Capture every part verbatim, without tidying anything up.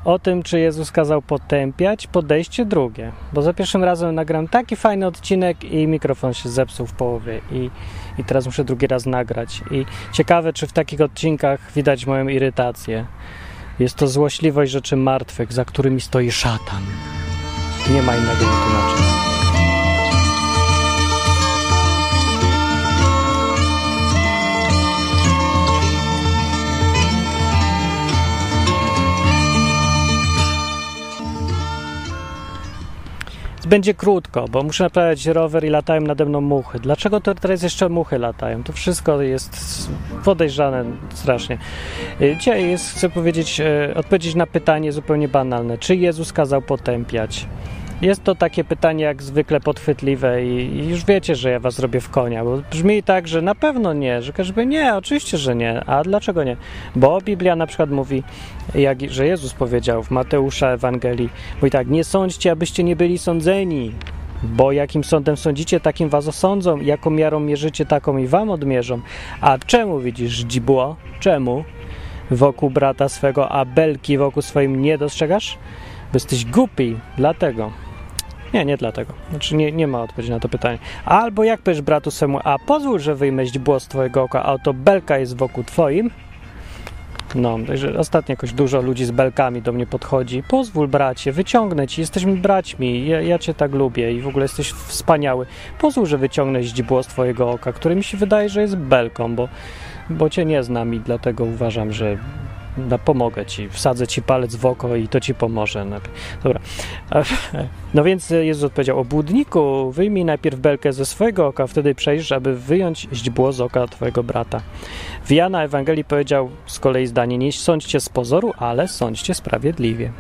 o tym, czy Jezus kazał potępiać, podejście drugie. Bo za pierwszym razem nagram taki fajny odcinek i mikrofon się zepsuł w połowie i, i teraz muszę drugi raz nagrać. I ciekawe, czy w takich odcinkach widać moją irytację. Jest to złośliwość rzeczy martwych, za którymi stoi szatan. Nie ma innego wytłumaczenia. Będzie krótko, bo muszę naprawiać rower i latają nade mną muchy. Dlaczego to teraz jeszcze muchy latają? To wszystko jest podejrzane strasznie. Dzisiaj jest, chcę powiedzieć, odpowiedzieć na pytanie zupełnie banalne. Czy Jezus kazał potępiać? Jest to takie pytanie jak zwykle podchwytliwe i już wiecie, że ja was robię w konia, bo brzmi tak, że na pewno nie, że każdy nie, oczywiście, że nie, a dlaczego nie? Bo Biblia na przykład mówi, jak, że Jezus powiedział w Mateusza Ewangelii, mówi tak, nie sądźcie, abyście nie byli sądzeni, bo jakim sądem sądzicie, takim was osądzą, jaką miarą mierzycie, taką i wam odmierzą. A czemu widzisz źdźbło? Czemu wokół brata swego, a belki wokół swoim nie dostrzegasz? Bo jesteś głupi, dlatego. Nie, nie dlatego. Znaczy nie, nie ma odpowiedzi na to pytanie. Albo jak powiesz bratu swemu, a pozwól, że wyjmę źdźbło z twojego oka, a oto belka jest wokół twoim. No, także ostatnio jakoś dużo ludzi z belkami do mnie podchodzi. Pozwól, bracie, wyciągnę ci, jesteśmy braćmi, ja, ja cię tak lubię i w ogóle jesteś wspaniały. Pozwól, że wyciągnę źdźbło z twojego oka, które mi się wydaje, że jest belką, bo, bo cię nie znam i dlatego uważam, że no, pomogę ci, wsadzę ci palec w oko i to ci pomoże. Dobra. No więc Jezus odpowiedział, obłudniku, wyjmij najpierw belkę ze swojego oka, wtedy przejrzysz, aby wyjąć źdźbło z oka twojego brata. W Jana Ewangelii powiedział z kolei zdanie, nie sądźcie z pozoru, ale sądźcie sprawiedliwie.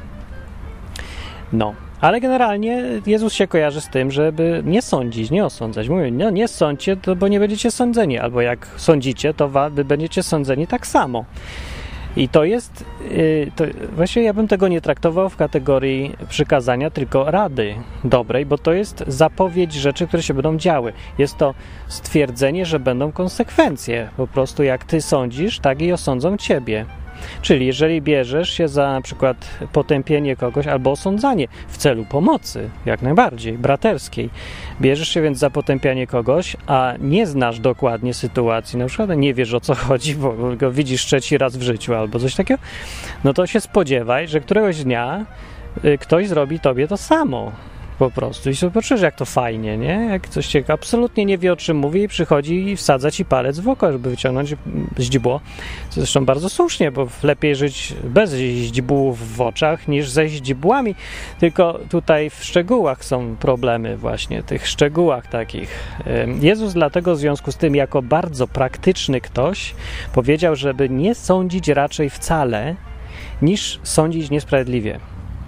No. Ale generalnie Jezus się kojarzy z tym, żeby nie sądzić, nie osądzać. Mówię, no nie sądźcie, to bo nie będziecie sądzeni, albo jak sądzicie, to wy będziecie sądzeni tak samo. I to jest, to właśnie ja bym tego nie traktował w kategorii przykazania, tylko rady dobrej, bo to jest zapowiedź rzeczy, które się będą działy. Jest to stwierdzenie, że będą konsekwencje. Po prostu jak ty sądzisz, tak i osądzą ciebie. Czyli jeżeli bierzesz się za na przykład potępienie kogoś albo osądzanie w celu pomocy, jak najbardziej, braterskiej, bierzesz się więc za potępianie kogoś, a nie znasz dokładnie sytuacji, na przykład nie wiesz o co chodzi, bo go widzisz trzeci raz w życiu albo coś takiego, no to się spodziewaj, że któregoś dnia ktoś zrobi tobie to samo. Po prostu. I sobie poczujesz, jak to fajnie, nie? Jak coś cię absolutnie nie wie, o czym mówi i przychodzi i wsadza ci palec w oko, żeby wyciągnąć źdźbło. Zresztą bardzo słusznie, bo lepiej żyć bez źdźbłów w oczach niż ze źdźbłami. Tylko tutaj w szczegółach są problemy właśnie, tych szczegółach takich. Jezus dlatego w związku z tym, jako bardzo praktyczny ktoś, powiedział, żeby nie sądzić raczej wcale, niż sądzić niesprawiedliwie.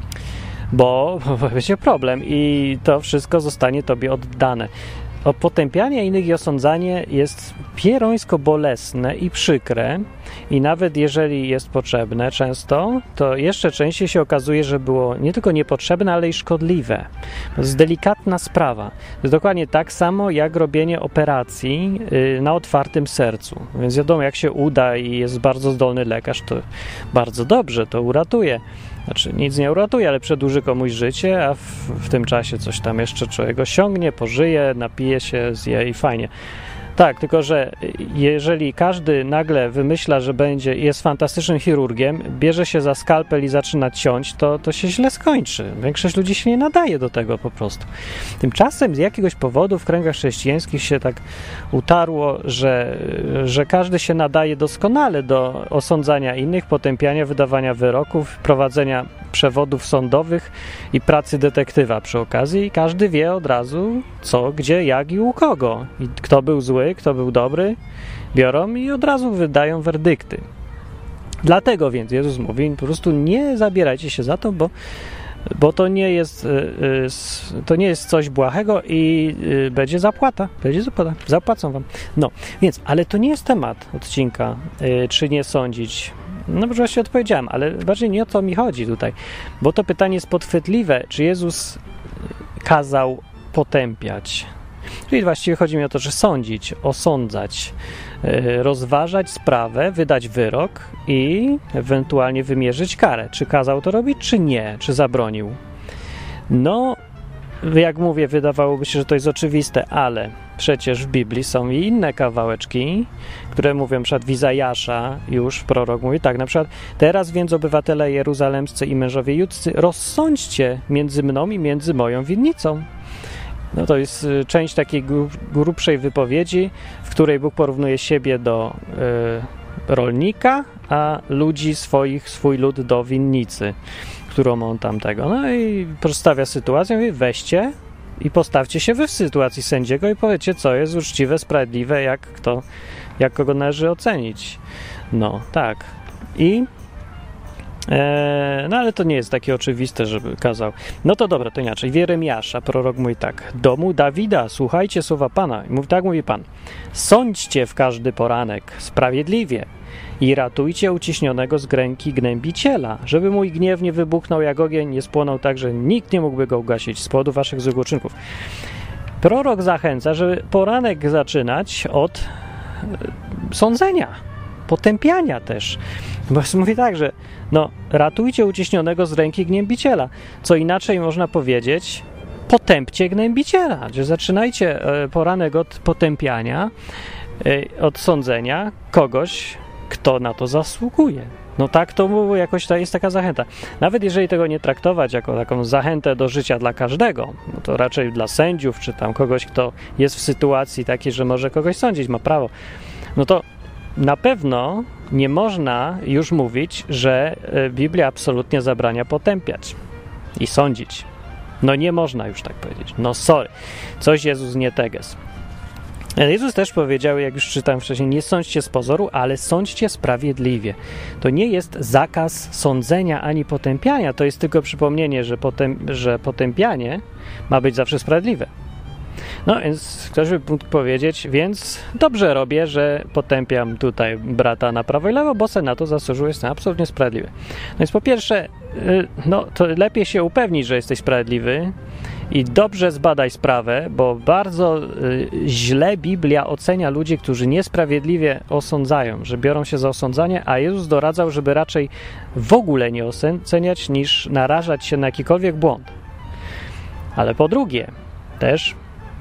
Bo będzie problem i to wszystko zostanie tobie oddane. O potępianie innych i osądzanie jest pierońsko bolesne i przykre i nawet jeżeli jest potrzebne często, to jeszcze częściej się okazuje, że było nie tylko niepotrzebne, ale i szkodliwe. To jest delikatna sprawa. To jest dokładnie tak samo jak robienie operacji na otwartym sercu. Więc wiadomo, jak się uda i jest bardzo zdolny lekarz, to bardzo dobrze, to uratuje. Znaczy nic nie uratuje, ale przedłuży komuś życie, a w, w tym czasie coś tam jeszcze człowiek osiągnie, pożyje, napije się, zje i fajnie. Tak, tylko że jeżeli każdy nagle wymyśla, że będzie jest fantastycznym chirurgiem, bierze się za skalpel i zaczyna ciąć, to, to się źle skończy. Większość ludzi się nie nadaje do tego po prostu. Tymczasem z jakiegoś powodu w kręgach chrześcijańskich się tak utarło, że, że każdy się nadaje doskonale do osądzania innych, potępiania, wydawania wyroków, prowadzenia przewodów sądowych i pracy detektywa przy okazji i każdy wie od razu co, gdzie, jak i u kogo. I kto był zły, kto był dobry, biorą i od razu wydają werdykty. Dlatego więc Jezus mówi, po prostu nie zabierajcie się za to, bo, bo to nie jest to nie jest coś błahego i będzie zapłata, będzie zapłata, zapłacą wam. No, więc, ale to nie jest temat odcinka, czy nie sądzić. No bo właśnie odpowiedziałem, ale bardziej nie o to mi chodzi tutaj, bo to pytanie jest podchwytliwe, czy Jezus kazał potępiać. Czyli właściwie chodzi mi o to, że sądzić, osądzać, rozważać sprawę, wydać wyrok i ewentualnie wymierzyć karę. Czy kazał to robić, czy nie, czy zabronił. No, jak mówię, wydawałoby się, że to jest oczywiste, ale przecież w Biblii są i inne kawałeczki, które mówią, na przykład w Izajasza już prorok mówi tak, na przykład teraz więc obywatele jeruzalemscy i mężowie judzcy, rozsądźcie między mną i między moją winnicą. No to jest część takiej grubszej wypowiedzi, w której Bóg porównuje siebie do y, rolnika, a ludzi swoich, swój lud do winnicy, którą on tam tego. No i przedstawia sytuację, mówi, weźcie i postawcie się wy w sytuacji sędziego i powiedzcie, co jest uczciwe, sprawiedliwe, jak kto, jak kogo należy ocenić. No, tak. I e, no ale to nie jest takie oczywiste, żeby kazał. No to dobra, to inaczej. W Jeremiasza prorok mówi tak. Domu Dawida, słuchajcie słowa Pana. I mówi, tak mówi Pan. Sądźcie w każdy poranek sprawiedliwie i ratujcie uciśnionego z ręki gnębiciela, żeby mój gniew nie wybuchnął jak ogień, nie spłonął tak, że nikt nie mógłby go ugasić z powodu waszych złych uczynków. Prorok zachęca, żeby poranek zaczynać od e, sądzenia, potępiania też. Bo mówi tak, że no, ratujcie uciśnionego z ręki gnębiciela. Co inaczej można powiedzieć, potępcie gnębiciela. Że zaczynajcie e, poranek od potępiania, e, od sądzenia kogoś, kto na to zasługuje. No tak to jakoś to jest taka zachęta. Nawet jeżeli tego nie traktować jako taką zachętę do życia dla każdego, no to raczej dla sędziów, czy tam kogoś, kto jest w sytuacji takiej, że może kogoś sądzić, ma prawo, no to na pewno nie można już mówić, że Biblia absolutnie zabrania potępiać i sądzić. No nie można już tak powiedzieć. No sorry. Coś Jezus nie teges. Jezus też powiedział, jak już czytałem wcześniej, nie sądźcie z pozoru, ale sądźcie sprawiedliwie. To nie jest zakaz sądzenia ani potępiania, to jest tylko przypomnienie, że, potęp, że potępianie ma być zawsze sprawiedliwe. No więc ktoś by mógł powiedzieć, więc dobrze robię, że potępiam tutaj brata na prawo i lewo, bo se na to zasłużył, jestem absolutnie sprawiedliwy. No więc po pierwsze, no to lepiej się upewnić, że jesteś sprawiedliwy i dobrze zbadaj sprawę, bo bardzo źle Biblia ocenia ludzi, którzy niesprawiedliwie osądzają, że biorą się za osądzanie, a Jezus doradzał, żeby raczej w ogóle nie oceniać, niż narażać się na jakikolwiek błąd. Ale po drugie, też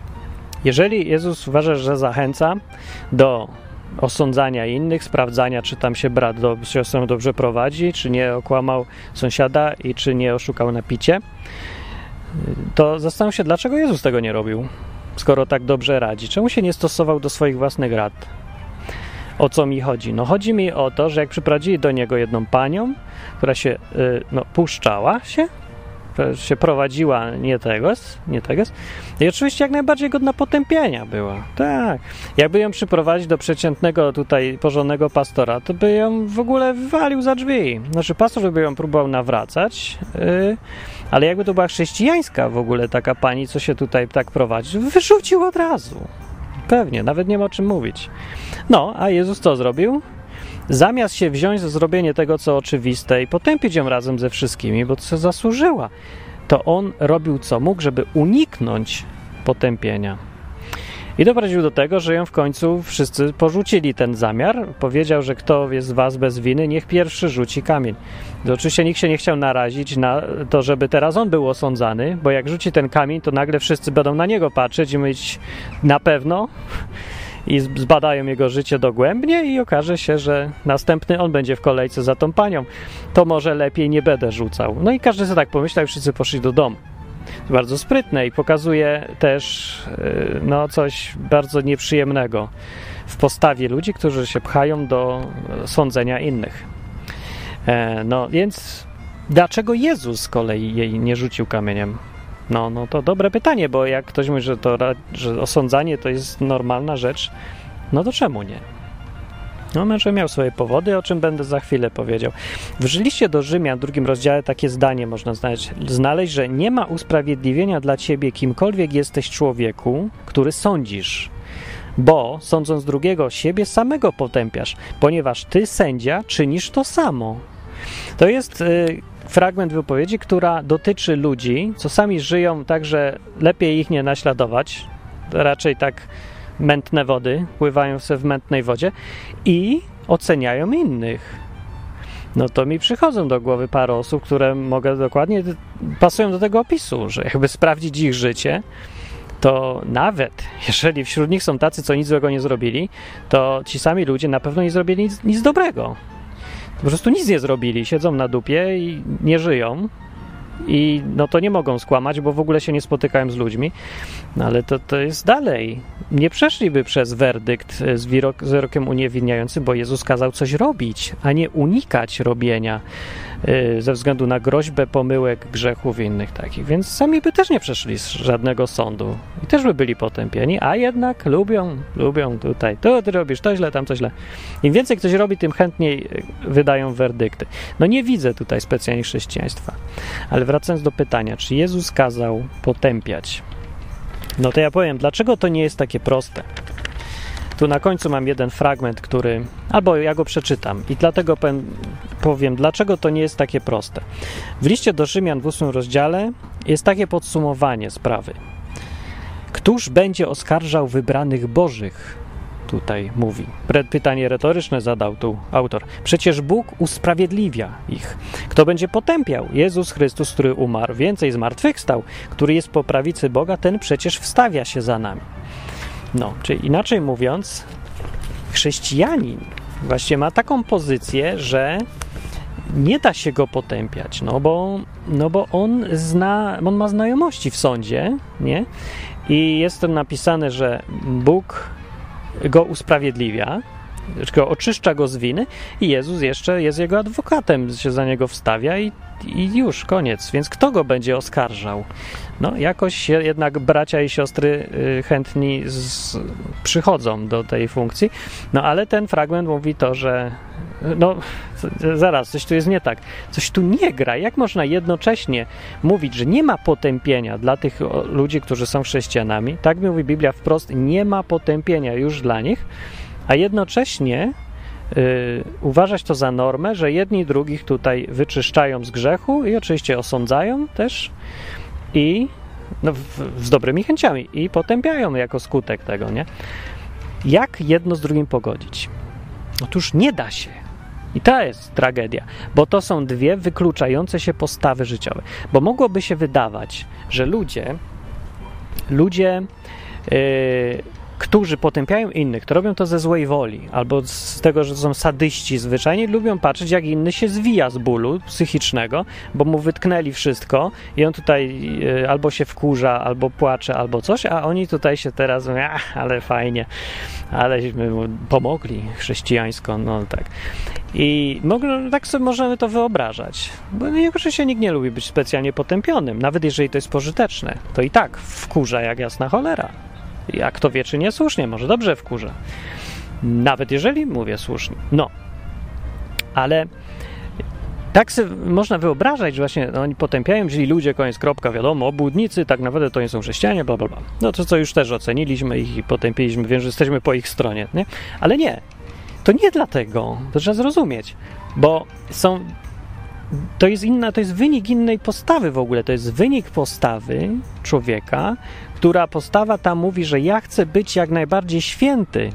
jeżeli Jezus uważa, że zachęca do osądzania innych, sprawdzania, czy tam się brat do, siostrę dobrze prowadzi, czy nie okłamał sąsiada i czy nie oszukał na picie, to zastanów się, dlaczego Jezus tego nie robił, skoro tak dobrze radzi. Czemu się nie stosował do swoich własnych rad? O co mi chodzi? No chodzi mi o to, że jak przyprowadzili do niego jedną panią, która się yy, no, puszczała się, się prowadziła nie tegoż, nie tegoż. I oczywiście jak najbardziej godna potępienia była. Tak. Jakby ją przyprowadzić do przeciętnego tutaj porządnego pastora, to by ją w ogóle wywalił za drzwi. Znaczy pastor by ją próbował nawracać, yy, ale jakby to była chrześcijańska w ogóle taka pani, co się tutaj tak prowadzi, wyrzucił od razu. Pewnie, nawet nie ma o czym mówić. No, a Jezus co zrobił? Zamiast się wziąć za zrobienie tego, co oczywiste i potępić ją razem ze wszystkimi, bo co zasłużyła, to on robił co mógł, żeby uniknąć potępienia. I doprowadził do tego, że ją w końcu wszyscy porzucili ten zamiar. Powiedział, że kto jest z was bez winy, niech pierwszy rzuci kamień. To oczywiście nikt się nie chciał narazić na to, żeby teraz on był osądzany, bo jak rzuci ten kamień, to nagle wszyscy będą na niego patrzeć i mówić na pewno i zbadają jego życie dogłębnie i okaże się, że następny on będzie w kolejce za tą panią. To może lepiej nie będę rzucał. No i każdy sobie tak pomyślał i wszyscy poszli do domu. Bardzo sprytne i pokazuje też no, coś bardzo nieprzyjemnego w postawie ludzi, którzy się pchają do sądzenia innych. E, no więc dlaczego Jezus z kolei jej nie rzucił kamieniem? No, no to dobre pytanie, bo jak ktoś mówi, że, to, że osądzanie to jest normalna rzecz, no to czemu nie? No, może miał swoje powody, o czym będę za chwilę powiedział. W liście do Rzymian w drugim rozdziale takie zdanie można znaleźć, znaleźć, że nie ma usprawiedliwienia dla ciebie, kimkolwiek jesteś człowieku, który sądzisz, bo sądząc drugiego, siebie samego potępiasz, ponieważ ty, sędzia, czynisz to samo. To jest y, fragment wypowiedzi, która dotyczy ludzi, co sami żyją tak, że lepiej ich nie naśladować, raczej tak mętne wody, pływają sobie w mętnej wodzie i oceniają innych. No to mi przychodzą do głowy parę osób, które mogę dokładnie, pasują do tego opisu, że jakby sprawdzić ich życie, to nawet jeżeli wśród nich są tacy, co nic złego nie zrobili, to ci sami ludzie na pewno nie zrobili nic, nic dobrego. Po prostu nic nie zrobili, siedzą na dupie i nie żyją. I no to nie mogą skłamać, bo w ogóle się nie spotykają z ludźmi. No ale to, to jest dalej. Nie przeszliby przez werdykt z, wirok, z wyrokiem uniewinniającym, bo Jezus kazał coś robić, a nie unikać robienia yy, ze względu na groźbę pomyłek, grzechów i innych takich. Więc sami by też nie przeszli z żadnego sądu i też by byli potępieni, a jednak lubią, lubią tutaj. To ty robisz, to źle, tam to źle. Im więcej ktoś robi, tym chętniej wydają werdykty. No nie widzę tutaj specjalnie chrześcijaństwa. Ale wracając do pytania, czy Jezus kazał potępiać? No to ja powiem, dlaczego to nie jest takie proste. Tu na końcu mam jeden fragment, który, albo ja go przeczytam i dlatego powiem, powiem, dlaczego to nie jest takie proste. W liście do Rzymian w ósmym rozdziale jest takie podsumowanie sprawy. Któż będzie oskarżał wybranych Bożych? Tutaj mówi. Pytanie retoryczne zadał tu autor. Przecież Bóg usprawiedliwia ich. Kto będzie potępiał? Jezus Chrystus, który umarł, więcej zmartwychwstał, który jest po prawicy Boga, ten przecież wstawia się za nami. No, czyli inaczej mówiąc, chrześcijanin właśnie ma taką pozycję, że nie da się go potępiać, no bo, no bo on zna, on ma znajomości w sądzie, nie? I jest tam napisane, że Bóg go usprawiedliwia, go oczyszcza go z winy i Jezus jeszcze jest jego adwokatem, się za niego wstawia i, i już, koniec. Więc kto go będzie oskarżał? No jakoś się jednak bracia i siostry y, chętni z, przychodzą do tej funkcji, no ale ten fragment mówi to, że no zaraz, coś tu jest nie tak. Coś tu nie gra. Jak można jednocześnie mówić, że nie ma potępienia dla tych ludzi, którzy są chrześcijanami? Tak mówi Biblia wprost, nie ma potępienia już dla nich, a jednocześnie yy, uważać to za normę, że jedni drugich tutaj wyczyszczają z grzechu i oczywiście osądzają też i no, w, z dobrymi chęciami i potępiają jako skutek tego, nie? Jak jedno z drugim pogodzić? Otóż nie da się. I to jest tragedia, bo to są dwie wykluczające się postawy życiowe. Bo mogłoby się wydawać, że ludzie, ludzie, yy, którzy potępiają innych, to robią to ze złej woli, albo z tego, że to są sadyści zwyczajnie, lubią patrzeć, jak inny się zwija z bólu psychicznego, bo mu wytknęli wszystko i on tutaj yy, albo się wkurza, albo płacze, albo coś, a oni tutaj się teraz mówią, ach, ale fajnie, aleśmy mu pomogli chrześcijańsko, no tak. I mogę, tak sobie możemy to wyobrażać, bo oczywiście nikt nie lubi być specjalnie potępionym, nawet jeżeli to jest pożyteczne, to i tak wkurza jak jasna cholera. Jak kto wie, czy nie słusznie, może dobrze wkurza. Nawet jeżeli mówię słusznie. No, ale tak sobie można wyobrażać, że właśnie oni potępiają, jeżeli ludzie, koniec, kropka, wiadomo, obłudnicy, tak naprawdę to nie są chrześcijanie, bla, bla, bla. No to co już też oceniliśmy ich i potępiliśmy, wiem, że jesteśmy po ich stronie, nie? Ale nie, to nie dlatego, to trzeba zrozumieć, bo są, to jest inna, to jest wynik innej postawy w ogóle, to jest wynik postawy człowieka, która postawa ta mówi, że ja chcę być jak najbardziej święty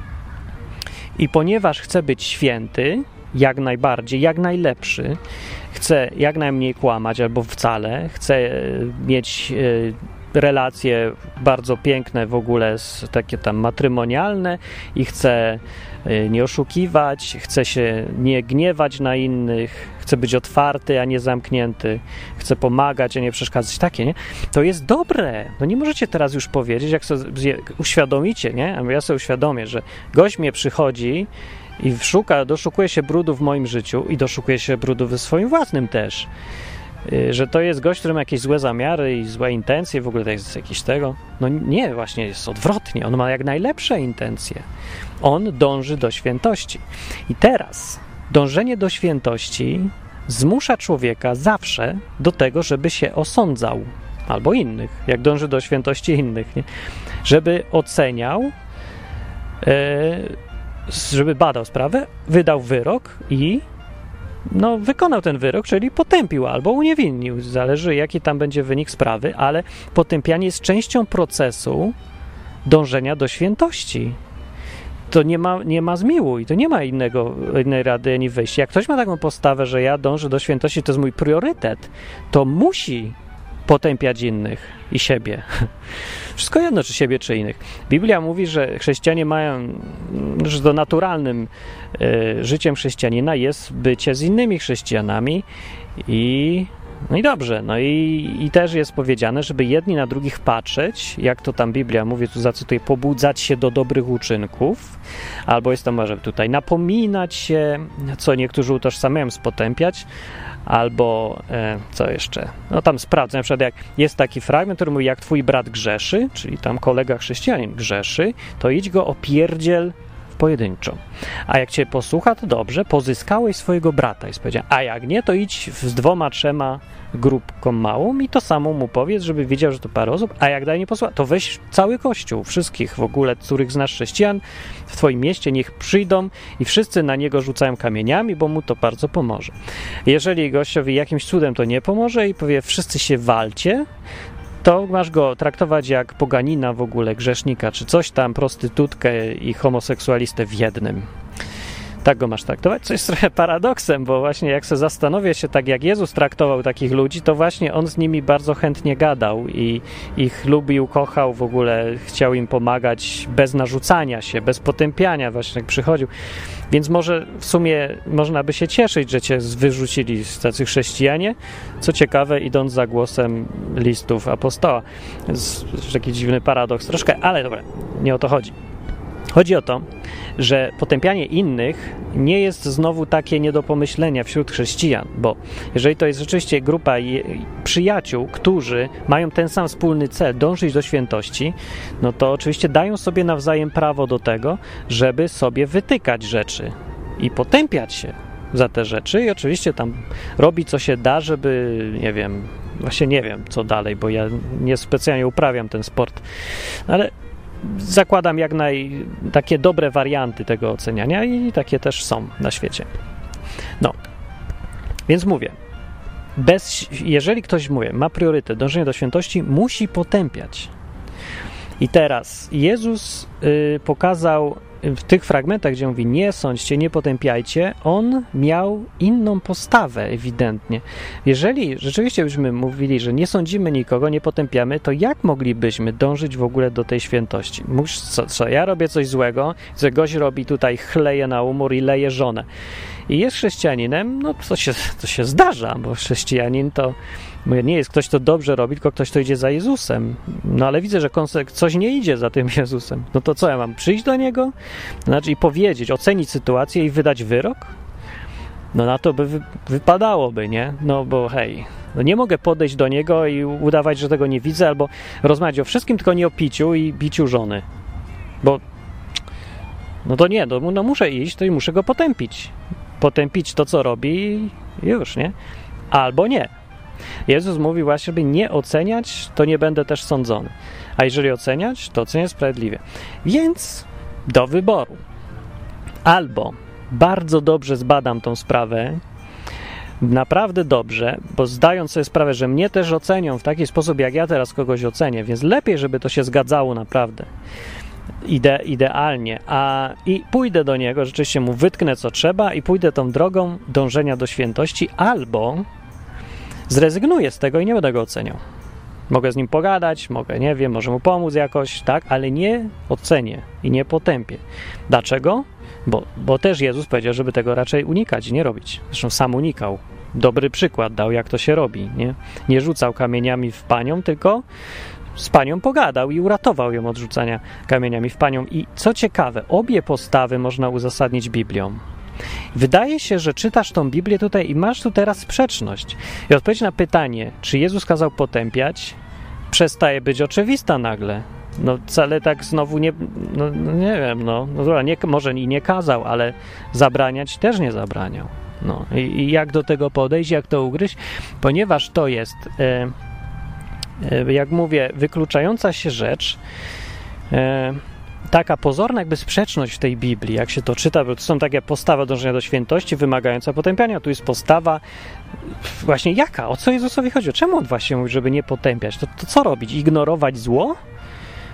i ponieważ chcę być święty, jak najbardziej, jak najlepszy, chcę jak najmniej kłamać albo wcale, chcę mieć relacje bardzo piękne w ogóle, takie tam matrymonialne i chcę nie oszukiwać, chcę się nie gniewać na innych, chcę być otwarty, a nie zamknięty, chcę pomagać, a nie przeszkadzać, takie, nie? To jest dobre. No nie możecie teraz już powiedzieć, jak sobie uświadomicie, nie? A ja sobie uświadomię, że gość mnie przychodzi i szuka, doszukuje się brudu w moim życiu i doszukuje się brudu w swoim własnym też. Że to jest gość, który ma jakieś złe zamiary i złe intencje, w ogóle to jest jakiś tego. No nie, właśnie jest odwrotnie. On ma jak najlepsze intencje. On dąży do świętości. I teraz dążenie do świętości zmusza człowieka zawsze do tego, żeby się osądzał. Albo innych, jak dąży do świętości innych, nie? Żeby oceniał, yy, żeby badał sprawę, wydał wyrok i no, wykonał ten wyrok, czyli potępił albo uniewinnił, zależy jaki tam będzie wynik sprawy, ale potępianie jest częścią procesu dążenia do świętości. To nie ma, nie ma zmiłuj, to nie ma innego, innej rady ani wyjścia. Jak ktoś ma taką postawę, że ja dążę do świętości, to jest mój priorytet, to musi potępiać innych i siebie. Wszystko jedno, czy siebie, czy innych. Biblia mówi, że chrześcijanie mają, że to naturalnym y, życiem chrześcijanina jest bycie z innymi chrześcijanami i no i dobrze, no i, i też jest powiedziane, żeby jedni na drugich patrzeć, jak to tam Biblia mówi, tu zacytuję, pobudzać się do dobrych uczynków, albo jest to może tutaj napominać się, co niektórzy utożsamiają z potępiać, albo e, co jeszcze? No tam sprawdzę, na przykład jak jest taki fragment, który mówi, jak twój brat grzeszy, czyli tam kolega chrześcijanin grzeszy, to idź go opierdziel pojedynczo. A jak cię posłucha, to dobrze, pozyskałeś swojego brata. I powiedział, a jak nie, to idź z dwoma, trzema grupką małą i to samo mu powiedz, żeby wiedział, że to parę osób, a jak dalej nie posłucha, to weź cały kościół, wszystkich w ogóle, których znasz chrześcijan w twoim mieście, niech przyjdą i wszyscy na niego rzucają kamieniami, bo mu to bardzo pomoże. Jeżeli gościowi jakimś cudem to nie pomoże i powie, wszyscy się walcie, to masz go traktować jak poganina w ogóle, grzesznika, czy coś tam, prostytutkę i homoseksualistę w jednym. Tak go masz traktować, co jest trochę paradoksem, bo właśnie jak sobie zastanowię się, tak jak Jezus traktował takich ludzi, to właśnie On z nimi bardzo chętnie gadał i ich lubił, kochał, w ogóle chciał im pomagać bez narzucania się, bez potępiania, właśnie jak przychodził. Więc może w sumie można by się cieszyć, że cię wyrzucili z tacy chrześcijanie. Co ciekawe, idąc za głosem listów apostoła. Jest taki dziwny paradoks troszkę, ale dobra, nie o to chodzi. Chodzi o to, że potępianie innych nie jest znowu takie nie do pomyślenia wśród chrześcijan, bo jeżeli to jest rzeczywiście grupa przyjaciół, którzy mają ten sam wspólny cel, dążyć do świętości, no to oczywiście dają sobie nawzajem prawo do tego, żeby sobie wytykać rzeczy i potępiać się za te rzeczy i oczywiście tam robi co się da, żeby, nie wiem, właśnie nie wiem co dalej, bo ja nie specjalnie uprawiam ten sport, ale zakładam jak naj takie dobre warianty tego oceniania i takie też są na świecie. No, więc mówię, bez, jeżeli ktoś mówi, ma priorytet dążenia do świętości, musi potępiać. I teraz Jezus y, pokazał w tych fragmentach, gdzie mówi nie sądźcie, nie potępiajcie, on miał inną postawę ewidentnie. Jeżeli rzeczywiście byśmy mówili, że nie sądzimy nikogo, nie potępiamy, to jak moglibyśmy dążyć w ogóle do tej świętości? Mówisz, co, co ja robię coś złego, że gość robi tutaj, chleje na umór i leje żonę. I jest chrześcijaninem, no to się, to się zdarza, bo chrześcijanin to nie jest ktoś, kto dobrze robi, tylko ktoś, kto idzie za Jezusem. No ale widzę, że coś nie idzie za tym Jezusem. No to co, ja mam przyjść do Niego? Znaczy i powiedzieć, ocenić sytuację i wydać wyrok? No na to by wy, wypadałoby, nie? No bo hej, no nie mogę podejść do Niego i udawać, że tego nie widzę, albo rozmawiać o wszystkim, tylko nie o piciu i biciu żony. Bo no to nie, no, no muszę iść, to i muszę Go potępić. Potępić to, co robi i już, nie? Albo nie. Jezus mówi właśnie, żeby nie oceniać, to nie będę też sądzony. A jeżeli oceniać, to ocenię sprawiedliwie. Więc do wyboru. Albo bardzo dobrze zbadam tą sprawę, naprawdę dobrze, bo zdając sobie sprawę, że mnie też ocenią w taki sposób, jak ja teraz kogoś ocenię, więc lepiej, żeby to się zgadzało naprawdę. Ide, idealnie, a i pójdę do Niego, rzeczywiście Mu wytknę co trzeba i pójdę tą drogą dążenia do świętości, albo zrezygnuję z tego i nie będę Go oceniał. Mogę z Nim pogadać, mogę, nie wiem, może Mu pomóc jakoś, tak, ale nie ocenię i nie potępię. Dlaczego? Bo, bo też Jezus powiedział, żeby tego raczej unikać i nie robić. Zresztą sam unikał. Dobry przykład dał, jak to się robi, nie? Nie rzucał kamieniami w panią, tylko z panią pogadał i uratował ją od rzucania kamieniami w panią. I co ciekawe, obie postawy można uzasadnić Biblią. Wydaje się, że czytasz tą Biblię tutaj i masz tu teraz sprzeczność. I odpowiedź na pytanie, czy Jezus kazał potępiać, przestaje być oczywista nagle. No wcale tak znowu nie, no, no nie wiem, no, no nie, może i nie kazał, ale zabraniać też nie zabraniał. No i, i jak do tego podejść, jak to ugryźć? Ponieważ to jest... E, jak mówię, wykluczająca się rzecz, e, taka pozorna jakby sprzeczność w tej Biblii, jak się to czyta, bo to są takie postawy dążenia do świętości wymagająca potępiania, tu jest postawa właśnie jaka? O co Jezusowi chodzi? Czemu on właśnie mówi, żeby nie potępiać? To, to co robić? Ignorować zło?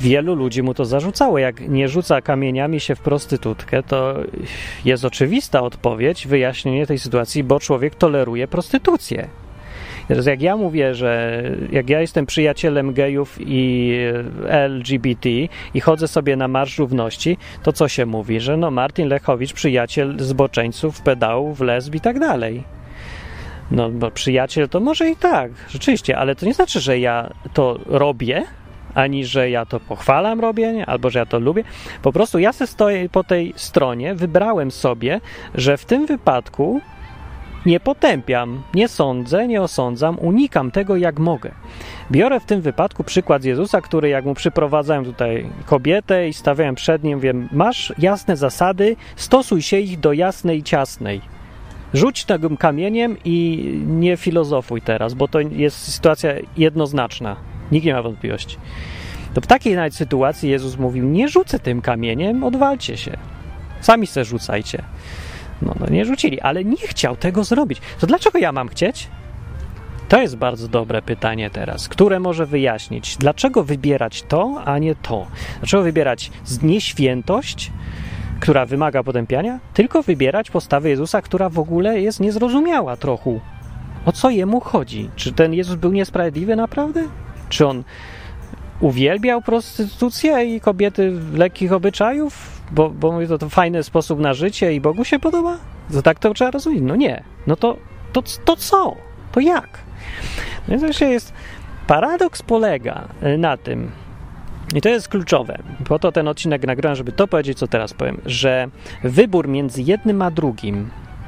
wielu ludzi mu to zarzucało. Jak nie rzuca kamieniami się w prostytutkę, to jest oczywista odpowiedź, wyjaśnienie tej sytuacji, bo człowiek toleruje prostytucję. Teraz jak ja mówię, że jak ja jestem przyjacielem gejów i L G B T i chodzę sobie na Marsz Równości, to co się mówi? Że no Martin Lechowicz, przyjaciel zboczeńców, pedałów, lesb i tak dalej. No bo przyjaciel to może i tak, rzeczywiście, ale to nie znaczy, że ja to robię, ani że ja to pochwalam robienie, albo że ja to lubię. Po prostu ja se stoję po tej stronie, wybrałem sobie, że w tym wypadku nie potępiam, nie sądzę, nie osądzam, unikam tego jak mogę. Biorę w tym wypadku przykład z Jezusa, który jak mu przyprowadzałem tutaj kobietę i stawiałem przed nim, wiem, masz jasne zasady, stosuj się ich do jasnej i ciasnej. Rzuć tym kamieniem i nie filozofuj teraz, bo to jest sytuacja jednoznaczna. Nikt nie ma wątpliwości. To w takiej nawet sytuacji Jezus mówił, nie rzucę tym kamieniem, odwalcie się. Sami se rzucajcie. No, no nie rzucili, ale nie chciał tego zrobić. To dlaczego ja mam chcieć? To jest bardzo dobre pytanie teraz, które może wyjaśnić, dlaczego wybierać to, a nie to. Dlaczego wybierać nieświętość, która wymaga potępiania, tylko wybierać postawę Jezusa, która w ogóle jest niezrozumiała trochę. O co jemu chodzi? Czy ten Jezus był niesprawiedliwy naprawdę? Czy on uwielbiał prostytucję i kobiety lekkich obyczajów? Bo, bo mówi to, to fajny sposób na życie i Bogu się podoba? To tak to trzeba rozumieć? No nie. No to, to, to co? To jak? No więc właśnie jest... Paradoks polega na tym, i to jest kluczowe, po to ten odcinek nagrałem, żeby to powiedzieć, co teraz powiem, że wybór między jednym a drugim,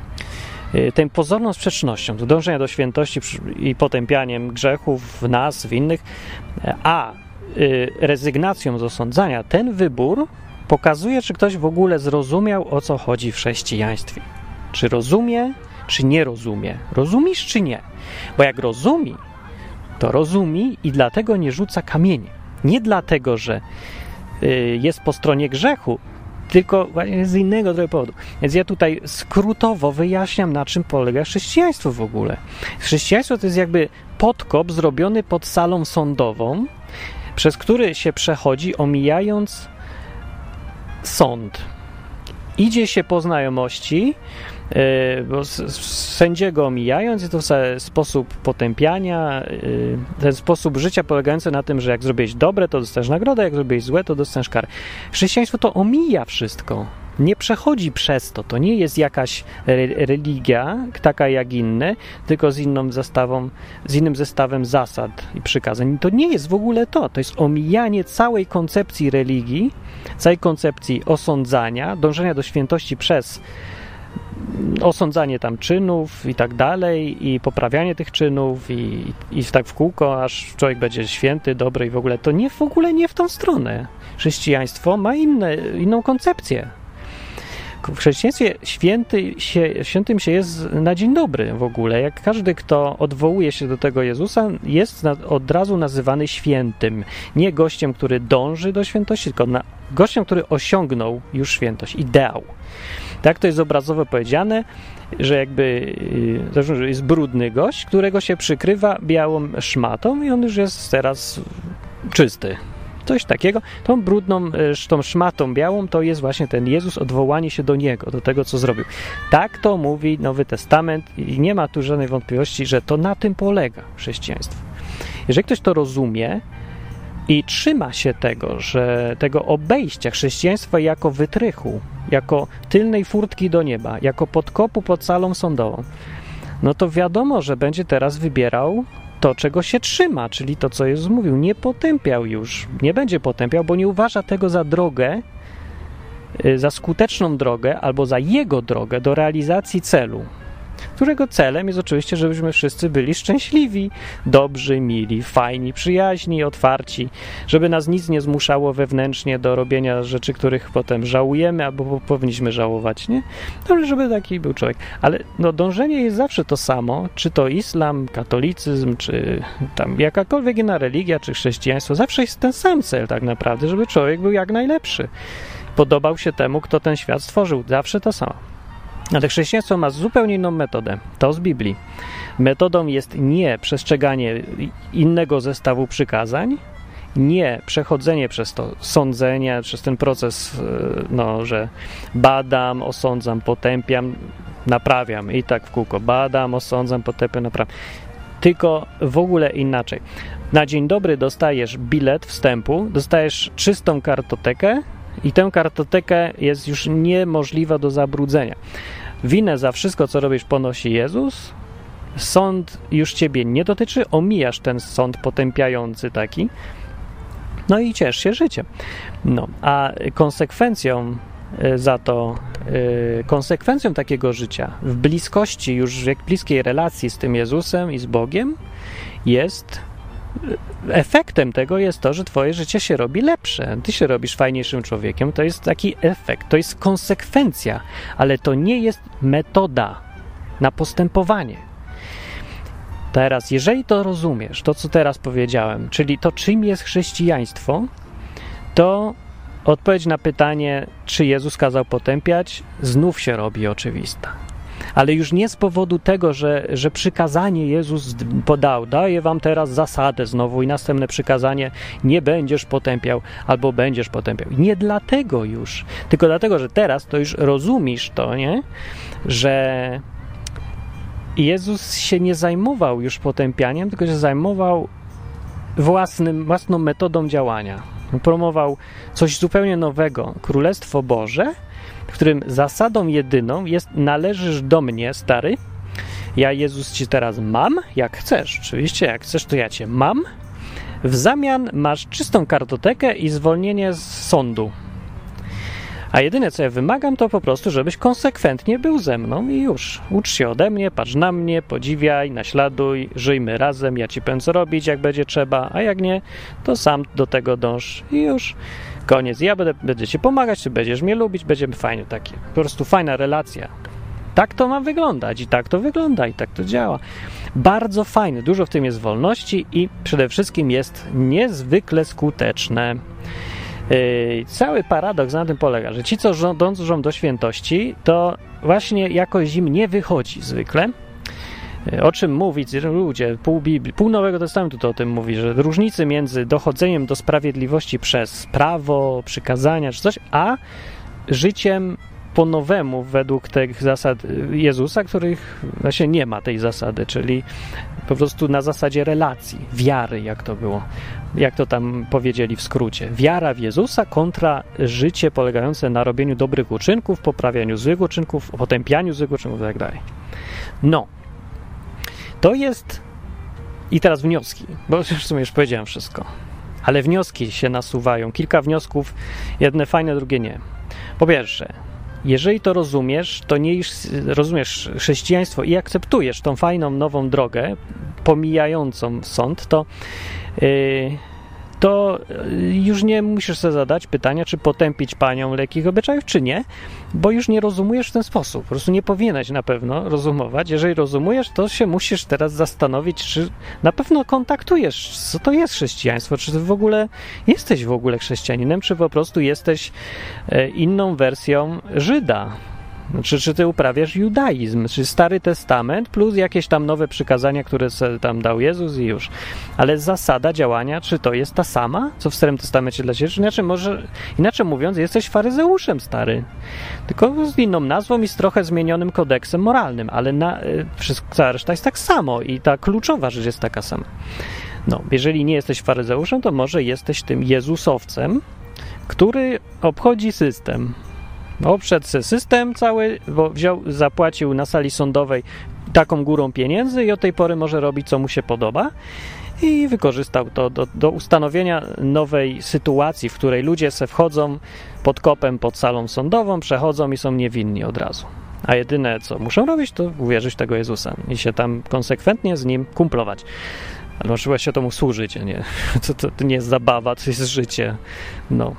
tą pozorną sprzecznością, dążenia do świętości i potępianiem grzechów w nas, w innych, a rezygnacją z osądzania, ten wybór pokazuje, czy ktoś w ogóle zrozumiał, o co chodzi w chrześcijaństwie. Czy rozumie, czy nie rozumie. Rozumiesz, czy nie? Bo jak rozumie, to rozumie i dlatego nie rzuca kamieni. Nie dlatego, że jest po stronie grzechu, tylko z innego powodu. Więc ja tutaj skrótowo wyjaśniam, na czym polega chrześcijaństwo w ogóle. Chrześcijaństwo to jest jakby podkop zrobiony pod salą sądową, przez który się przechodzi, omijając sąd. Idzie się po znajomości, yy, bo s- sędziego omijając, jest to sposób potępiania, yy, ten sposób życia polegający na tym, że jak zrobiłeś dobre, to dostaniesz nagrodę, jak zrobiłeś złe, to dostaniesz karę. Chrześcijaństwo to omija wszystko. Nie przechodzi przez to. To nie jest jakaś re- religia, taka jak inne, tylko z inną zestawą, z innym zestawem zasad i przykazań. To nie jest w ogóle to. To jest omijanie całej koncepcji religii, całej koncepcji osądzania, dążenia do świętości przez osądzanie tam czynów i tak dalej, i poprawianie tych czynów i, i tak w kółko, aż człowiek będzie święty, dobry i w ogóle. To nie w ogóle nie w tą stronę. Chrześcijaństwo ma inne, inną koncepcję. W chrześcijaństwie święty się, świętym się jest na dzień dobry w ogóle. Jak każdy, kto odwołuje się do tego Jezusa, jest na, od razu nazywany świętym. Nie gościem, który dąży do świętości, tylko na, gościem, który osiągnął już świętość, ideał. Tak to jest obrazowo powiedziane, że jakby że jest brudny gość, którego się przykrywa białą szmatą i on już jest teraz czysty. Coś takiego. Tą brudną, tą szmatą białą to jest właśnie ten Jezus, odwołanie się do Niego, do tego, co zrobił. Tak to mówi Nowy Testament i nie ma tu żadnej wątpliwości, że to na tym polega chrześcijaństwo. Jeżeli ktoś to rozumie i trzyma się tego, że tego obejścia chrześcijaństwa jako wytrychu, jako tylnej furtki do nieba, jako podkopu pod salą sądową, no to wiadomo, że będzie teraz wybierał to, czego się trzyma, czyli to, co Jezus mówił. Nie potępiał już, nie będzie potępiał, bo nie uważa tego za drogę, za skuteczną drogę albo za jego drogę do realizacji celu, którego celem jest oczywiście, żebyśmy wszyscy byli szczęśliwi, dobrzy, mili, fajni, przyjaźni, otwarci, żeby nas nic nie zmuszało wewnętrznie do robienia rzeczy, których potem żałujemy albo powinniśmy żałować, nie? No, żeby taki był człowiek. Ale no, dążenie jest zawsze to samo, czy to islam, katolicyzm, czy tam jakakolwiek inna religia, czy chrześcijaństwo, zawsze jest ten sam cel tak naprawdę, żeby człowiek był jak najlepszy. Podobał się temu, kto ten świat stworzył. Zawsze to samo. Ale chrześcijaństwo ma zupełnie inną metodę. To z Biblii. Metodą jest nie przestrzeganie innego zestawu przykazań nie przechodzenie przez to sądzenie, przez ten proces, no, że badam, osądzam, potępiam, naprawiam i tak w kółko. Badam, osądzam, potępiam, naprawiam. Tylko w ogóle inaczej. Na dzień dobry dostajesz bilet wstępu, dostajesz czystą kartotekę i tę kartotekę jest już niemożliwa do zabrudzenia. Winę za wszystko, co robisz, ponosi Jezus. Sąd już ciebie nie dotyczy, omijasz ten sąd potępiający taki. No i ciesz się życiem. No, a konsekwencją za to, konsekwencją takiego życia w bliskości, już w bliskiej relacji z tym Jezusem i z Bogiem jest, efektem tego jest to, że twoje życie się robi lepsze. Ty się robisz fajniejszym człowiekiem. To jest taki efekt, to jest konsekwencja, ale to nie jest metoda na postępowanie. Teraz, jeżeli to rozumiesz, to co teraz powiedziałem, czyli to czym jest chrześcijaństwo, to odpowiedź na pytanie, czy Jezus kazał potępiać, znów się robi oczywista. Ale już nie z powodu tego, że, że przykazanie Jezus podał, daje wam teraz zasadę znowu i następne przykazanie, nie będziesz potępiał albo będziesz potępiał. Nie dlatego już, tylko dlatego, że teraz to już rozumiesz to, nie? Że Jezus się nie zajmował już potępianiem, tylko się zajmował własnym, własną metodą działania. Promował coś zupełnie nowego, Królestwo Boże, w którym zasadą jedyną jest: należysz do mnie, stary, ja Jezus ci teraz mam, jak chcesz, oczywiście jak chcesz, to ja cię mam, w zamian masz czystą kartotekę i zwolnienie z sądu. A jedyne, co ja wymagam, to po prostu, żebyś konsekwentnie był ze mną i już. Ucz się ode mnie, patrz na mnie, podziwiaj, naśladuj, żyjmy razem, ja ci powiem, co robić, jak będzie trzeba, a jak nie, to sam do tego dąż i już. Koniec. Ja będę, będę ci pomagać, ty będziesz mnie lubić, będziemy fajnie takie. Po prostu fajna relacja. Tak to ma wyglądać i tak to wygląda i tak to działa. Bardzo fajne, dużo w tym jest wolności i przede wszystkim jest niezwykle skuteczne. Yy, cały paradoks na tym polega, że ci, co dążą do świętości, to właśnie jakoś im nie wychodzi zwykle. Yy, o czym mówić? Ludzie, pół, Biblii, pół Nowego Testamentu to o tym mówi, że różnicy między dochodzeniem do sprawiedliwości przez prawo, przykazania czy coś, a życiem po nowemu według tych zasad Jezusa, których właśnie nie ma tej zasady, czyli po prostu na zasadzie relacji, wiary, jak to było, jak to tam powiedzieli w skrócie. Wiara w Jezusa kontra życie polegające na robieniu dobrych uczynków, poprawianiu złych uczynków, potępianiu złych uczynków i tak dalej. No, to jest... I teraz wnioski, bo w sumie już powiedziałem wszystko, ale wnioski się nasuwają. Kilka wniosków, jedne fajne, drugie nie. Po pierwsze, jeżeli to rozumiesz, to nie już rozumiesz chrześcijaństwo i akceptujesz tą fajną, nową drogę, pomijającą sąd, to, yy, to już nie musisz sobie zadać pytania, czy potępić panią lekkich obyczajów, czy nie, bo już nie rozumujesz w ten sposób. Po prostu nie powinieneś na pewno rozumować. Jeżeli rozumujesz, to się musisz teraz zastanowić, czy na pewno kontaktujesz, co to jest chrześcijaństwo, czy ty w ogóle jesteś w ogóle chrześcijaninem, czy po prostu jesteś inną wersją Żyda. Czy, czy ty uprawiasz judaizm, czy Stary Testament plus jakieś tam nowe przykazania, które sobie tam dał Jezus i już. Ale zasada działania, czy to jest ta sama, co w Starym Testamencie dla ciebie, czy inaczej, może, inaczej mówiąc, jesteś faryzeuszem, stary. Tylko z inną nazwą i z trochę zmienionym kodeksem moralnym, ale na, wszystko, cała reszta jest tak samo i ta kluczowa rzecz jest taka sama. No, jeżeli nie jesteś faryzeuszem, to może jesteś tym Jezusowcem, który obchodzi system. Obszedł se system cały, bo wziął, zapłacił na sali sądowej taką górą pieniędzy i od tej pory może robić, co mu się podoba i wykorzystał to do, do ustanowienia nowej sytuacji, w której ludzie se wchodzą pod kopem, pod salą sądową, przechodzą i są niewinni od razu. A jedyne, co muszą robić, to uwierzyć w tego Jezusa i się tam konsekwentnie z Nim kumplować. Ale trzeba się temu służyć, a nie, to, to, to nie jest zabawa, to jest życie. No.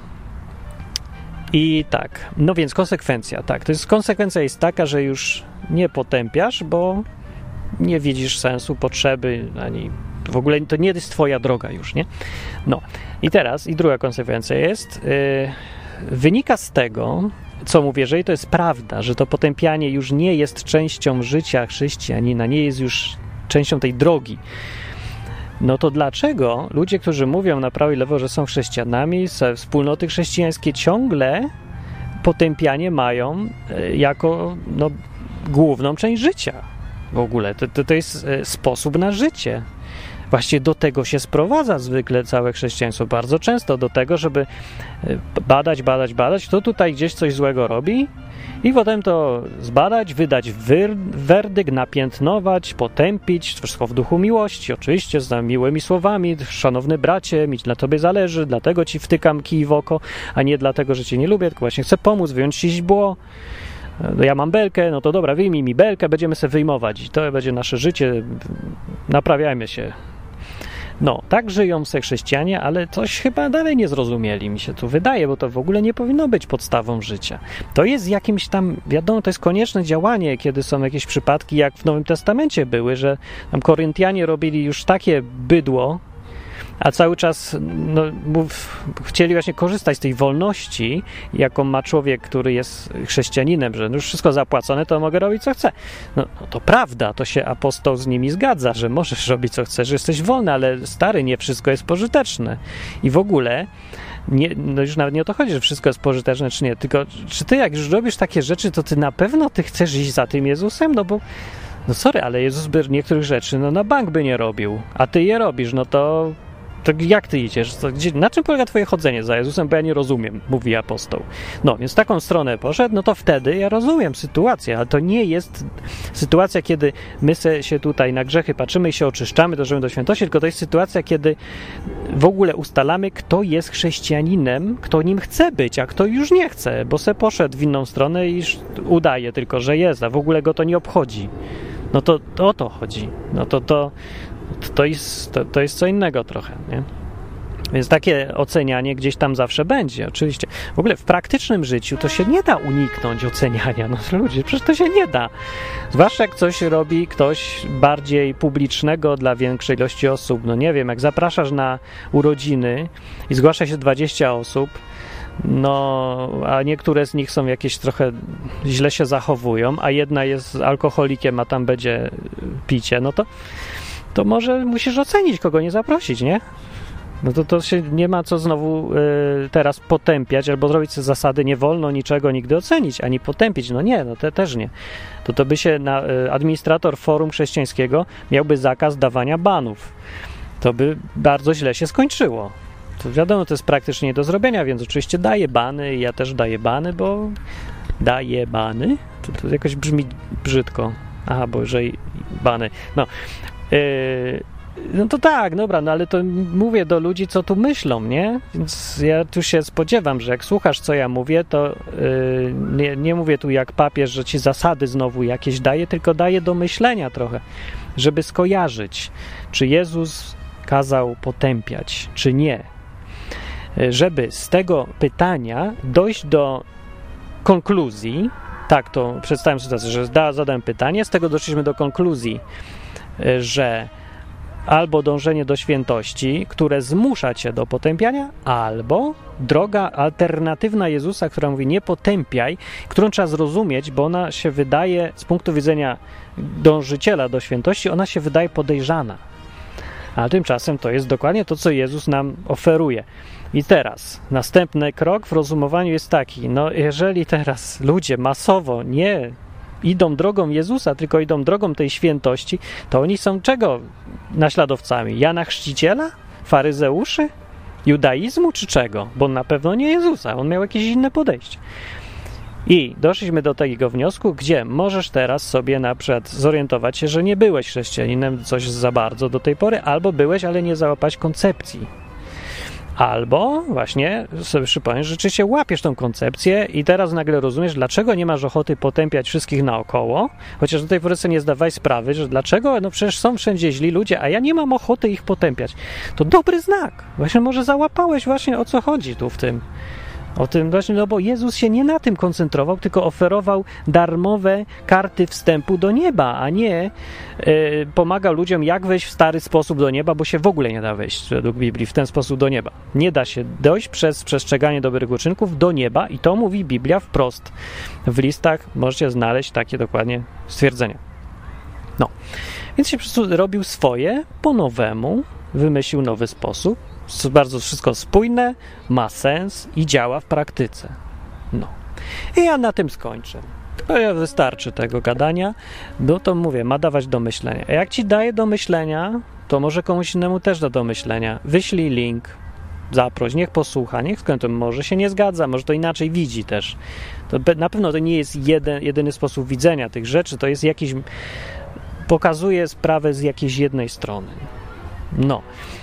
I tak, no więc konsekwencja, tak, to jest konsekwencja jest taka, że już nie potępiasz, bo nie widzisz sensu, potrzeby, ani w ogóle to nie jest twoja droga już, nie? No i teraz, i druga konsekwencja jest, yy, wynika z tego, co mówię, jeżeli to jest prawda, że to potępianie już nie jest częścią życia chrześcijanina, nie jest już częścią tej drogi, no to dlaczego ludzie, którzy mówią na prawo i lewo, że są chrześcijanami, wspólnoty chrześcijańskie ciągle potępianie mają jako no, główną część życia w ogóle? To, to, to jest sposób na życie. Właściwie do tego się sprowadza zwykle całe chrześcijaństwo. Bardzo często do tego, żeby badać, badać, badać, kto tutaj gdzieś coś złego robi i potem to zbadać, wydać wyr- werdykt, napiętnować, potępić, wszystko w duchu miłości, oczywiście z miłymi słowami, szanowny bracie, mi na tobie zależy, dlatego ci wtykam kij w oko, a nie dlatego, że cię nie lubię, tylko właśnie chcę pomóc, wyjąć ci źdźbło. No ja mam belkę, no to dobra, wyjmij mi belkę, będziemy sobie wyjmować i to będzie nasze życie, naprawiajmy się. No, tak żyją se chrześcijanie, ale coś chyba dalej nie zrozumieli, mi się tu wydaje, bo to w ogóle nie powinno być podstawą życia. To jest jakimś tam, wiadomo, to jest konieczne działanie, kiedy są jakieś przypadki, jak w Nowym Testamencie były, że tam Koryntianie robili już takie bydło, a cały czas no, mów, chcieli właśnie korzystać z tej wolności, jaką ma człowiek, który jest chrześcijaninem, że już wszystko zapłacone, to mogę robić, co chcę. No, no to prawda, to się apostoł z nimi zgadza, że możesz robić, co chcesz, że jesteś wolny, ale stary, nie wszystko jest pożyteczne. I w ogóle, nie, no już nawet nie o to chodzi, że wszystko jest pożyteczne, czy nie, tylko czy ty jak już robisz takie rzeczy, to ty na pewno ty chcesz iść za tym Jezusem, no bo no sorry, ale Jezus by niektórych rzeczy no na bank by nie robił, a ty je robisz, no to to jak ty idziesz? To gdzie, na czym polega twoje chodzenie za Jezusem? Bo ja nie rozumiem, mówi apostoł. No, więc w taką stronę poszedł, no to wtedy ja rozumiem sytuację, ale to nie jest sytuacja, kiedy my se się tutaj na grzechy patrzymy i się oczyszczamy, dążymy do świętości, tylko to jest sytuacja, kiedy w ogóle ustalamy, kto jest chrześcijaninem, kto nim chce być, a kto już nie chce, bo se poszedł w inną stronę i udaje tylko, że jest, a w ogóle go to nie obchodzi. No to, to o to chodzi. No to to To jest, to, to jest co innego trochę, nie? Więc takie ocenianie gdzieś tam zawsze będzie, oczywiście. W ogóle w praktycznym życiu to się nie da uniknąć oceniania. No ludzie, przecież to się nie da. Zwłaszcza jak coś robi ktoś bardziej publicznego dla większej ilości osób. No nie wiem, jak zapraszasz na urodziny i zgłasza się dwadzieścia osób, no, a niektóre z nich są jakieś trochę źle się zachowują, a jedna jest alkoholikiem, a tam będzie picie, no to to może musisz ocenić, kogo nie zaprosić, nie? No to, to się nie ma co znowu y, teraz potępiać albo zrobić sobie zasady, nie wolno niczego nigdy ocenić, ani potępić. No nie, no te też nie. To to by się na, y, administrator forum chrześcijańskiego miałby zakaz dawania banów. To by bardzo źle się skończyło. To wiadomo, to jest praktycznie nie do zrobienia, więc oczywiście daję bany i ja też daję bany, bo daję bany? To, to jakoś brzmi brzydko. Aha, bo że i bany. No. Yy, no to tak, dobra, no ale to mówię do ludzi, co tu myślą, nie? Więc ja tu się spodziewam, że jak słuchasz, co ja mówię, to yy, nie, nie mówię tu jak papież, że ci zasady znowu jakieś daję, tylko daję do myślenia trochę, żeby skojarzyć, czy Jezus kazał potępiać, czy nie. Yy, żeby z tego pytania dojść do konkluzji, tak to przedstawiam sytuację, że da, zadałem pytanie, z tego doszliśmy do konkluzji, że albo dążenie do świętości, które zmusza cię do potępiania, albo droga alternatywna Jezusa, która mówi nie potępiaj, którą trzeba zrozumieć, bo ona się wydaje z punktu widzenia dążyciela do świętości, ona się wydaje podejrzana. A tymczasem to jest dokładnie to, co Jezus nam oferuje. I teraz następny krok w rozumowaniu jest taki, no jeżeli teraz ludzie masowo nie idą drogą Jezusa, tylko idą drogą tej świętości, to oni są czego naśladowcami? Jana Chrzciciela? Faryzeuszy? Judaizmu czy czego? Bo na pewno nie Jezusa, on miał jakieś inne podejście. I doszliśmy do takiego wniosku, gdzie możesz teraz sobie na przykład zorientować się, że nie byłeś chrześcijaninem coś za bardzo do tej pory, albo byłeś, ale nie załapać koncepcji. Albo właśnie sobie przypomnisz, że rzeczywiście łapiesz tą koncepcję i teraz nagle rozumiesz, dlaczego nie masz ochoty potępiać wszystkich naokoło, chociaż do tej pory sobie nie zdawaj sprawy, że dlaczego, no przecież są wszędzie źli ludzie, a ja nie mam ochoty ich potępiać. To dobry znak. Właśnie może załapałeś właśnie o co chodzi tu w tym. O tym właśnie, no bo Jezus się nie na tym koncentrował, tylko oferował darmowe karty wstępu do nieba, a nie y, pomagał ludziom, jak wejść w stary sposób do nieba, bo się w ogóle nie da wejść według Biblii w ten sposób do nieba. Nie da się dojść przez przestrzeganie dobrych uczynków do nieba i to mówi Biblia wprost. W listach możecie znaleźć takie dokładnie stwierdzenia. No, więc się po prostu robił swoje po nowemu, wymyślił nowy sposób, bardzo wszystko spójne, ma sens i działa w praktyce. No. I ja na tym skończę. To ja wystarczy tego gadania, bo to mówię, ma dawać do myślenia. A jak ci daje do myślenia, to może komuś innemu też da do myślenia. Wyślij link, zaproś, niech posłucha, niech skończy, może się nie zgadza, może to inaczej widzi też. To na pewno to nie jest jeden, jedyny sposób widzenia tych rzeczy, to jest jakiś, pokazuje sprawę z jakiejś jednej strony. No,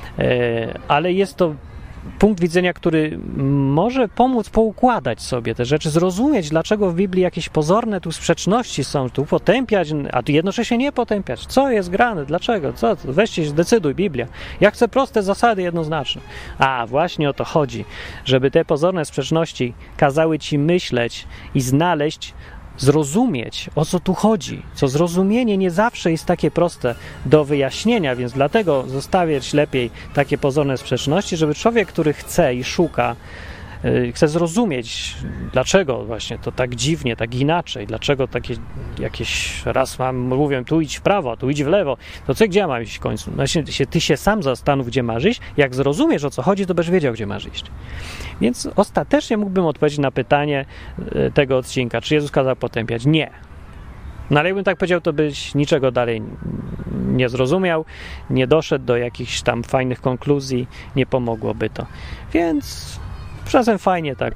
e, ale jest to punkt widzenia, który może pomóc poukładać sobie te rzeczy, zrozumieć, dlaczego w Biblii jakieś pozorne tu sprzeczności są, tu potępiać, a tu jednocześnie nie potępiać. Co jest grane? Dlaczego? Co? Weźcie się, zdecyduj, Biblia. Ja chcę proste zasady jednoznaczne. A, właśnie o to chodzi, żeby te pozorne sprzeczności kazały ci myśleć i znaleźć, zrozumieć, o co tu chodzi. Co zrozumienie nie zawsze jest takie proste do wyjaśnienia, więc dlatego zostawiać lepiej takie pozorne sprzeczności, żeby człowiek, który chce i szuka, yy, chce zrozumieć, dlaczego właśnie to tak dziwnie, tak inaczej, dlaczego takie jakieś, raz mam, mówię, tu idź w prawo, tu idź w lewo, to co, gdzie ja mam iść w końcu? Właśnie ty się sam zastanów, gdzie masz iść. Jak zrozumiesz, o co chodzi, to będziesz wiedział, gdzie masz iść. Więc ostatecznie mógłbym odpowiedzieć na pytanie tego odcinka, czy Jezus kazał potępiać? Nie. No ale jakbym tak powiedział, to byś niczego dalej nie zrozumiał, nie doszedł do jakichś tam fajnych konkluzji, nie pomogłoby to. Więc czasem fajnie tak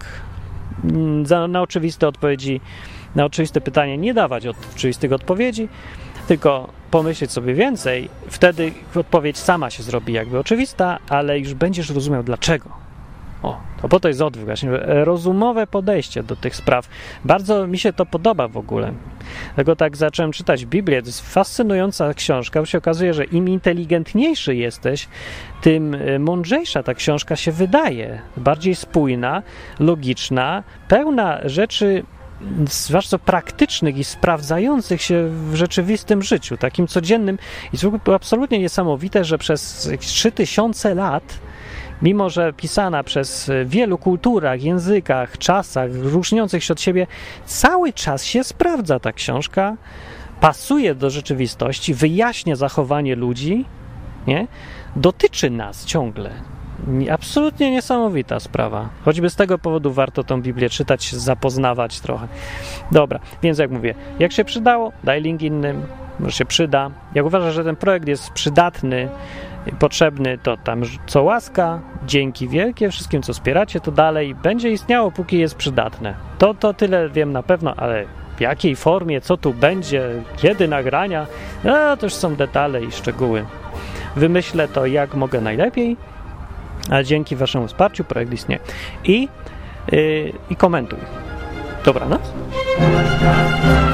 za, na oczywiste odpowiedzi, na oczywiste pytanie nie dawać od, oczywistych odpowiedzi, tylko pomyśleć sobie więcej, wtedy odpowiedź sama się zrobi jakby oczywista, ale już będziesz rozumiał dlaczego. O, to po to jest odwyk, właśnie rozumowe podejście do tych spraw. Bardzo mi się to podoba w ogóle. Dlatego tak zacząłem czytać Biblię. To jest fascynująca książka, bo się okazuje, że im inteligentniejszy jesteś, tym mądrzejsza ta książka się wydaje. Bardziej spójna, logiczna, pełna rzeczy zwłaszcza praktycznych i sprawdzających się w rzeczywistym życiu, takim codziennym. I to było absolutnie niesamowite, że przez trzy tysiące lat, mimo że pisana przez wielu kulturach, językach, czasach, różniących się od siebie, cały czas się sprawdza ta książka, pasuje do rzeczywistości, wyjaśnia zachowanie ludzi, nie? Dotyczy nas ciągle. Absolutnie niesamowita sprawa. Choćby z tego powodu warto tą Biblię czytać, zapoznawać trochę. Dobra, więc jak mówię, jak się przydało, daj link innym, może się przyda. Jak uważasz, że ten projekt jest przydatny, potrzebny, to tam co łaska, dzięki wielkie wszystkim, co wspieracie, to dalej będzie istniało, póki jest przydatne. To, to tyle wiem na pewno, ale w jakiej formie, co tu będzie, kiedy nagrania, no, to już są detale i szczegóły. Wymyślę to, jak mogę najlepiej, ale dzięki waszemu wsparciu projekt istnieje. I, yy, i komentuj. Dobranoc.